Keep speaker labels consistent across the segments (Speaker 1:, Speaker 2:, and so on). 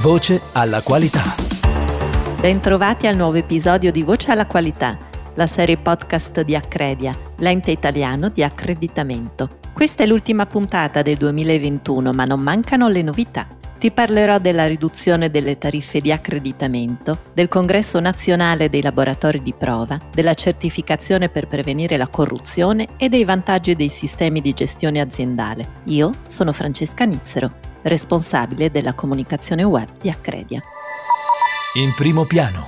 Speaker 1: Voce alla qualità.
Speaker 2: Bentrovati al nuovo episodio di Voce alla qualità, la serie podcast di Accredia, l'ente italiano di accreditamento. Questa è l'ultima puntata del 2021, ma non mancano le novità. Ti parlerò della riduzione delle tariffe di accreditamento, del Congresso nazionale dei laboratori di prova, della certificazione per prevenire la corruzione e dei vantaggi dei sistemi di gestione aziendale. Io sono Francesca Nizzero, responsabile della comunicazione web di Accredia.
Speaker 1: In primo piano.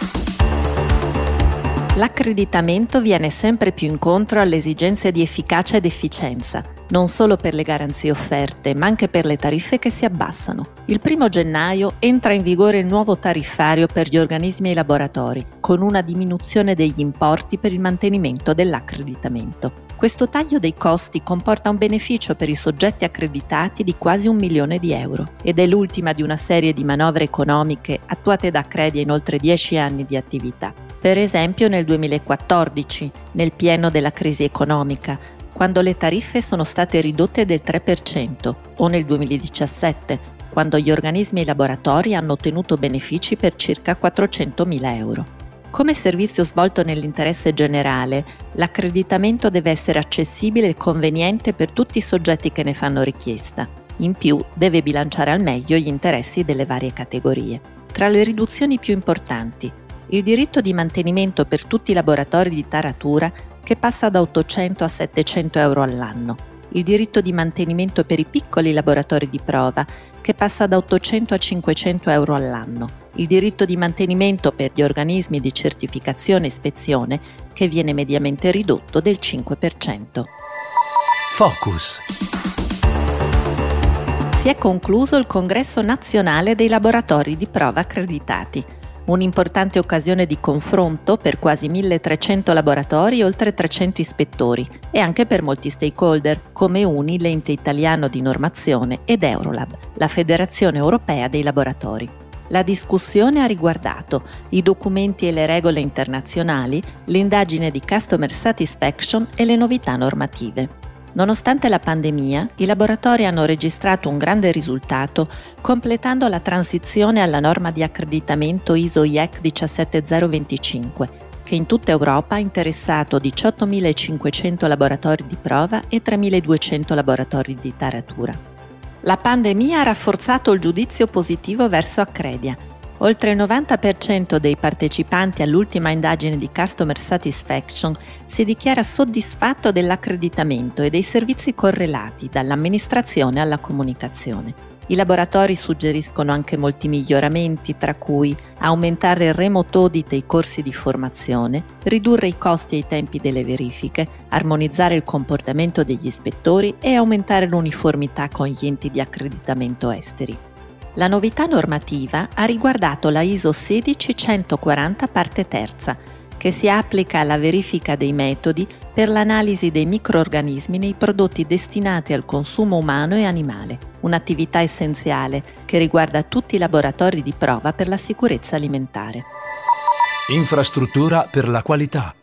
Speaker 2: L'accreditamento viene sempre più incontro alle esigenze di efficacia ed efficienza, non solo per le garanzie offerte, ma anche per le tariffe che si abbassano. Il 1 gennaio entra in vigore il nuovo tariffario per gli organismi e i laboratori, con una diminuzione degli importi per il mantenimento dell'accreditamento. Questo taglio dei costi comporta un beneficio per i soggetti accreditati di quasi 1 milione di euro ed è l'ultima di una serie di manovre economiche attuate da Accredia in oltre 10 anni di attività. Per esempio nel 2014, nel pieno della crisi economica, quando le tariffe sono state ridotte del 3%, o nel 2017, quando gli organismi e i laboratori hanno ottenuto benefici per circa 400.000 euro. Come servizio svolto nell'interesse generale, l'accreditamento deve essere accessibile e conveniente per tutti i soggetti che ne fanno richiesta. In più, deve bilanciare al meglio gli interessi delle varie categorie. Tra le riduzioni più importanti, il diritto di mantenimento per tutti i laboratori di taratura che passa da 800 a 700 euro all'anno, il diritto di mantenimento per i piccoli laboratori di prova che passa da 800 a 500 euro all'anno, il diritto di mantenimento per gli organismi di certificazione e ispezione che viene mediamente ridotto del 5%.
Speaker 1: Focus.
Speaker 2: Si è concluso il Congresso nazionale dei laboratori di prova accreditati, un'importante occasione di confronto per quasi 1.300 laboratori e oltre 300 ispettori e anche per molti stakeholder come UNI, l'ente italiano di normazione, ed Eurolab, la Federazione Europea dei Laboratori. La discussione ha riguardato i documenti e le regole internazionali, l'indagine di Customer Satisfaction e le novità normative. Nonostante la pandemia, i laboratori hanno registrato un grande risultato completando la transizione alla norma di accreditamento ISO/IEC 17025, che in tutta Europa ha interessato 18.500 laboratori di prova e 3.200 laboratori di taratura. La pandemia ha rafforzato il giudizio positivo verso Accredia. Oltre il 90% dei partecipanti all'ultima indagine di Customer Satisfaction si dichiara soddisfatto dell'accreditamento e dei servizi correlati, dall'amministrazione alla comunicazione. I laboratori suggeriscono anche molti miglioramenti, tra cui aumentare il remote audit e i corsi di formazione, ridurre i costi e i tempi delle verifiche, armonizzare il comportamento degli ispettori e aumentare l'uniformità con gli enti di accreditamento esteri. La novità normativa ha riguardato la ISO 16140 parte terza, che si applica alla verifica dei metodi per l'analisi dei microrganismi nei prodotti destinati al consumo umano e animale, un'attività essenziale che riguarda tutti i laboratori di prova per la sicurezza alimentare.
Speaker 1: Infrastruttura per la qualità.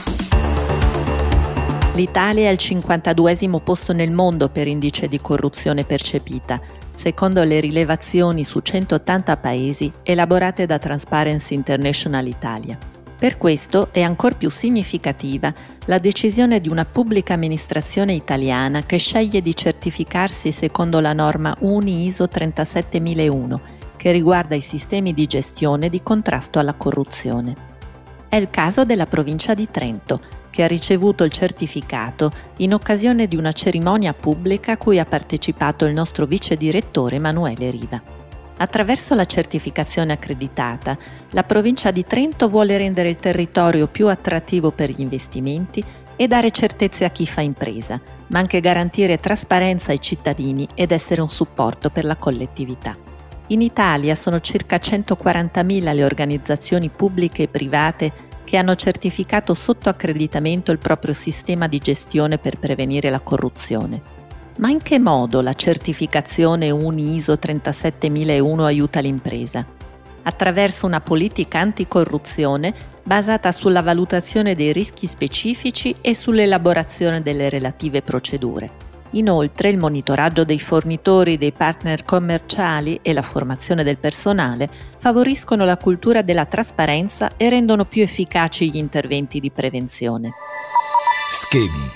Speaker 2: L'Italia è al 52esimo posto nel mondo per indice di corruzione percepita, secondo le rilevazioni su 180 paesi elaborate da Transparency International Italia. Per questo è ancor più significativa la decisione di una pubblica amministrazione italiana che sceglie di certificarsi secondo la norma UNI ISO 37001, che riguarda i sistemi di gestione di contrasto alla corruzione. È il caso della provincia di Trento, che ha ricevuto il certificato in occasione di una cerimonia pubblica a cui ha partecipato il nostro vice direttore Emanuele Riva. Attraverso la certificazione accreditata, la provincia di Trento vuole rendere il territorio più attrattivo per gli investimenti e dare certezze a chi fa impresa, ma anche garantire trasparenza ai cittadini ed essere un supporto per la collettività. In Italia sono circa 140.000 le organizzazioni pubbliche e private che hanno certificato sotto accreditamento il proprio sistema di gestione per prevenire la corruzione. Ma in che modo la certificazione UNI ISO 37001 aiuta l'impresa? Attraverso una politica anticorruzione basata sulla valutazione dei rischi specifici e sull'elaborazione delle relative procedure. Inoltre, il monitoraggio dei fornitori, dei partner commerciali e la formazione del personale favoriscono la cultura della trasparenza e rendono più efficaci gli interventi di prevenzione.
Speaker 1: Schemi.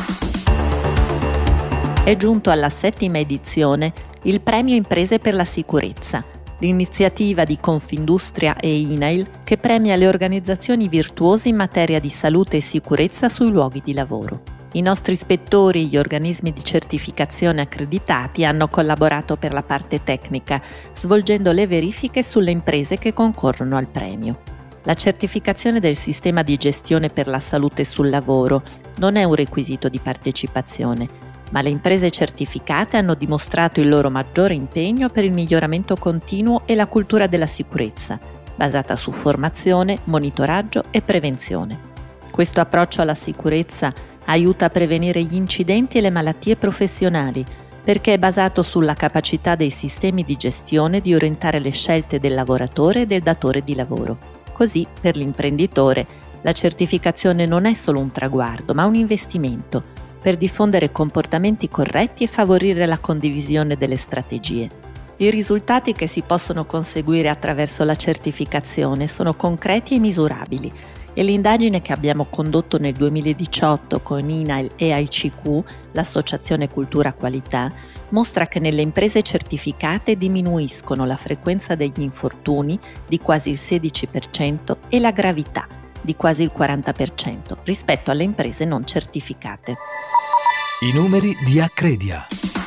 Speaker 2: È giunto alla 7ª edizione il Premio Imprese per la Sicurezza, l'iniziativa di Confindustria e INAIL che premia le organizzazioni virtuose in materia di salute e sicurezza sui luoghi di lavoro. I nostri ispettori e gli organismi di certificazione accreditati hanno collaborato per la parte tecnica, svolgendo le verifiche sulle imprese che concorrono al premio. La certificazione del sistema di gestione per la salute sul lavoro non è un requisito di partecipazione, ma le imprese certificate hanno dimostrato il loro maggiore impegno per il miglioramento continuo e la cultura della sicurezza, basata su formazione, monitoraggio e prevenzione. Questo approccio alla sicurezza aiuta a prevenire gli incidenti e le malattie professionali, perché è basato sulla capacità dei sistemi di gestione di orientare le scelte del lavoratore e del datore di lavoro. Così, per l'imprenditore, la certificazione non è solo un traguardo, ma un investimento per diffondere comportamenti corretti e favorire la condivisione delle strategie. I risultati che si possono conseguire attraverso la certificazione sono concreti e misurabili, e l'indagine che abbiamo condotto nel 2018 con INAIL e AICQ, l'Associazione Cultura Qualità, mostra che nelle imprese certificate diminuiscono la frequenza degli infortuni di quasi il 16% e la gravità di quasi il 40% rispetto alle imprese non certificate.
Speaker 1: I numeri di Accredia.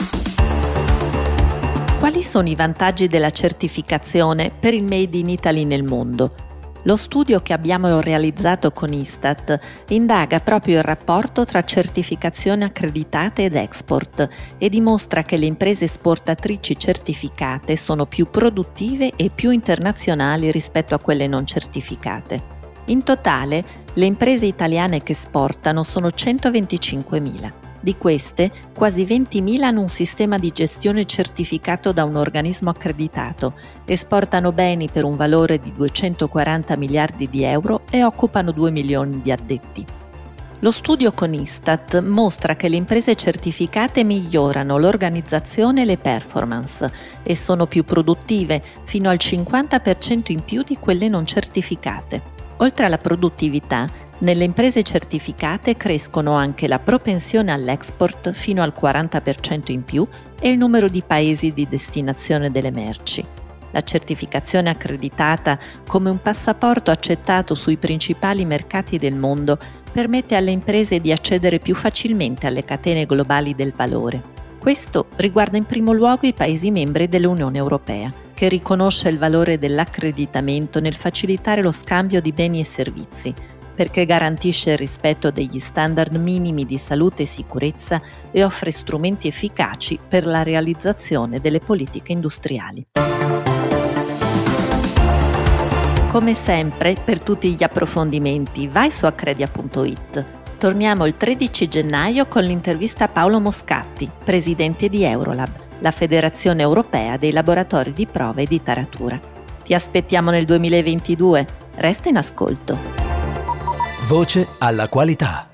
Speaker 2: Quali sono i vantaggi della certificazione per il Made in Italy nel mondo? Lo studio che abbiamo realizzato con Istat indaga proprio il rapporto tra certificazione accreditate ed export e dimostra che le imprese esportatrici certificate sono più produttive e più internazionali rispetto a quelle non certificate. In totale, le imprese italiane che esportano sono 125.000. Di queste, quasi 20.000 hanno un sistema di gestione certificato da un organismo accreditato, esportano beni per un valore di 240 miliardi di euro e occupano 2 milioni di addetti. Lo studio con Istat mostra che le imprese certificate migliorano l'organizzazione e le performance e sono più produttive, fino al 50% in più di quelle non certificate. Oltre alla produttività, nelle imprese certificate crescono anche la propensione all'export fino al 40% in più e il numero di paesi di destinazione delle merci. La certificazione accreditata come un passaporto accettato sui principali mercati del mondo permette alle imprese di accedere più facilmente alle catene globali del valore. Questo riguarda in primo luogo i Paesi membri dell'Unione Europea, che riconosce il valore dell'accreditamento nel facilitare lo scambio di beni e servizi, perché garantisce il rispetto degli standard minimi di salute e sicurezza e offre strumenti efficaci per la realizzazione delle politiche industriali. Come sempre, per tutti gli approfondimenti, vai su accredia.it. Torniamo il 13 gennaio con l'intervista a Paolo Moscatti, presidente di Eurolab, la Federazione Europea dei Laboratori di Prova e di Taratura. Ti aspettiamo nel 2022. Resta in ascolto.
Speaker 1: Voce alla qualità.